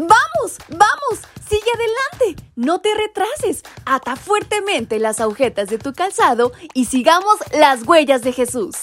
¡Vamos! ¡Vamos! ¡Sigue adelante! No te retrases. Ata fuertemente las agujetas de tu calzado y sigamos las huellas de Jesús.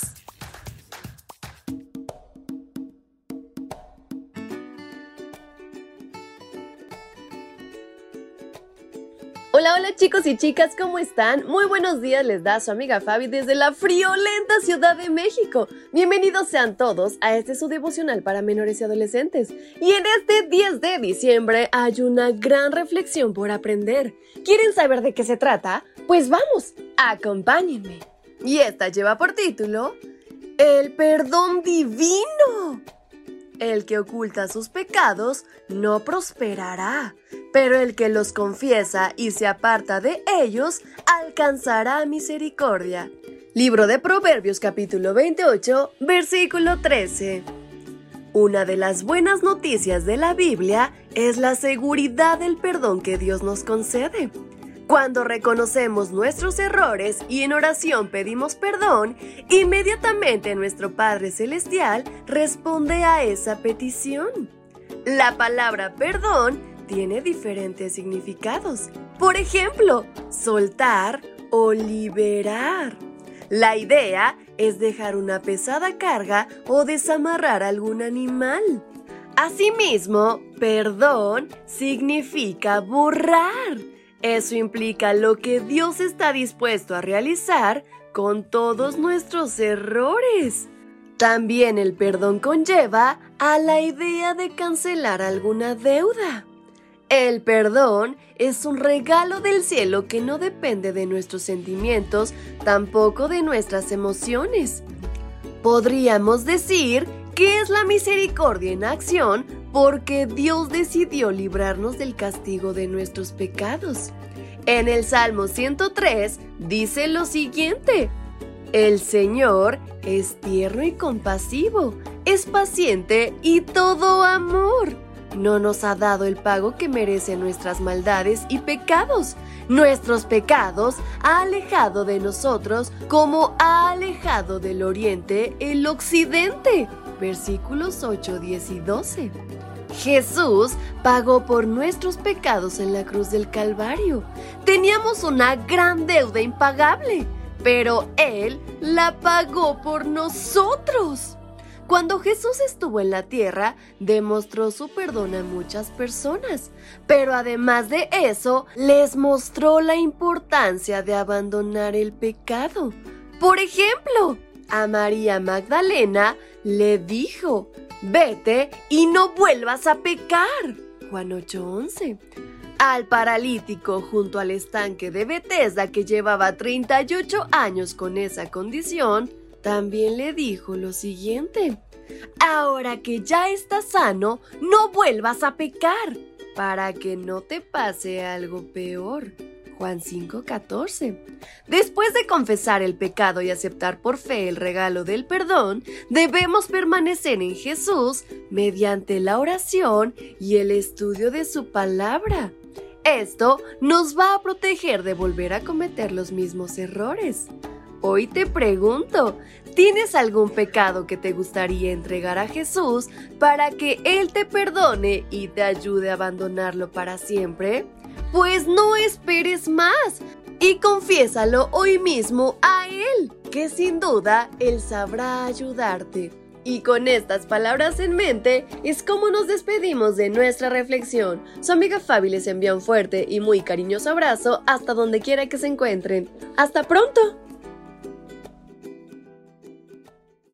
Hola, hola chicos y chicas, ¿cómo están? Muy buenos días, les da su amiga Fabi desde la friolenta Ciudad de México. Bienvenidos sean todos a este su devocional para menores y adolescentes. Y en este 10 de diciembre hay una gran reflexión por aprender. ¿Quieren saber de qué se trata? Pues vamos, acompáñenme. Y esta lleva por título: El perdón divino. El que oculta sus pecados no prosperará, pero el que los confiesa y se aparta de ellos alcanzará misericordia. Libro de Proverbios capítulo 28, versículo 13. Una de las buenas noticias de la Biblia es la seguridad del perdón que Dios nos concede. Cuando reconocemos nuestros errores y en oración pedimos perdón, inmediatamente nuestro Padre Celestial responde a esa petición. La palabra perdón tiene diferentes significados. Por ejemplo, soltar o liberar. La idea es dejar una pesada carga o desamarrar algún animal. Asimismo, perdón significa borrar. Eso implica lo que Dios está dispuesto a realizar con todos nuestros errores. También el perdón conlleva a la idea de cancelar alguna deuda. El perdón es un regalo del cielo que no depende de nuestros sentimientos, tampoco de nuestras emociones. Podríamos decir que es la misericordia en acción porque Dios decidió librarnos del castigo de nuestros pecados. En el Salmo 103 dice lo siguiente: El Señor es tierno y compasivo, es paciente y todo amor. No nos ha dado el pago que merecen nuestras maldades y pecados. Nuestros pecados ha alejado de nosotros como ha alejado del oriente el occidente. Versículos 8, 10 y 12. Jesús pagó por nuestros pecados en la cruz del Calvario. Teníamos una gran deuda impagable, pero Él la pagó por nosotros. Cuando Jesús estuvo en la tierra, demostró su perdón a muchas personas, pero además de eso, les mostró la importancia de abandonar el pecado. Por ejemplo, a María Magdalena le dijo: vete y no vuelvas a pecar. Juan 8:11. Al paralítico junto al estanque de Betesda, que llevaba 38 años con esa condición, también le dijo lo siguiente: ahora que ya estás sano, no vuelvas a pecar, para que no te pase algo peor. Juan 5:14. Después de confesar el pecado y aceptar por fe el regalo del perdón, debemos permanecer en Jesús mediante la oración y el estudio de su palabra. Esto nos va a proteger de volver a cometer los mismos errores. Hoy te pregunto, ¿tienes algún pecado que te gustaría entregar a Jesús para que Él te perdone y te ayude a abandonarlo para siempre? Pues no esperes más y confiésalo hoy mismo a Él, que sin duda Él sabrá ayudarte. Y con estas palabras en mente es como nos despedimos de nuestra reflexión. Su amiga Fabi les envía un fuerte y muy cariñoso abrazo hasta donde quiera que se encuentren. ¡Hasta pronto!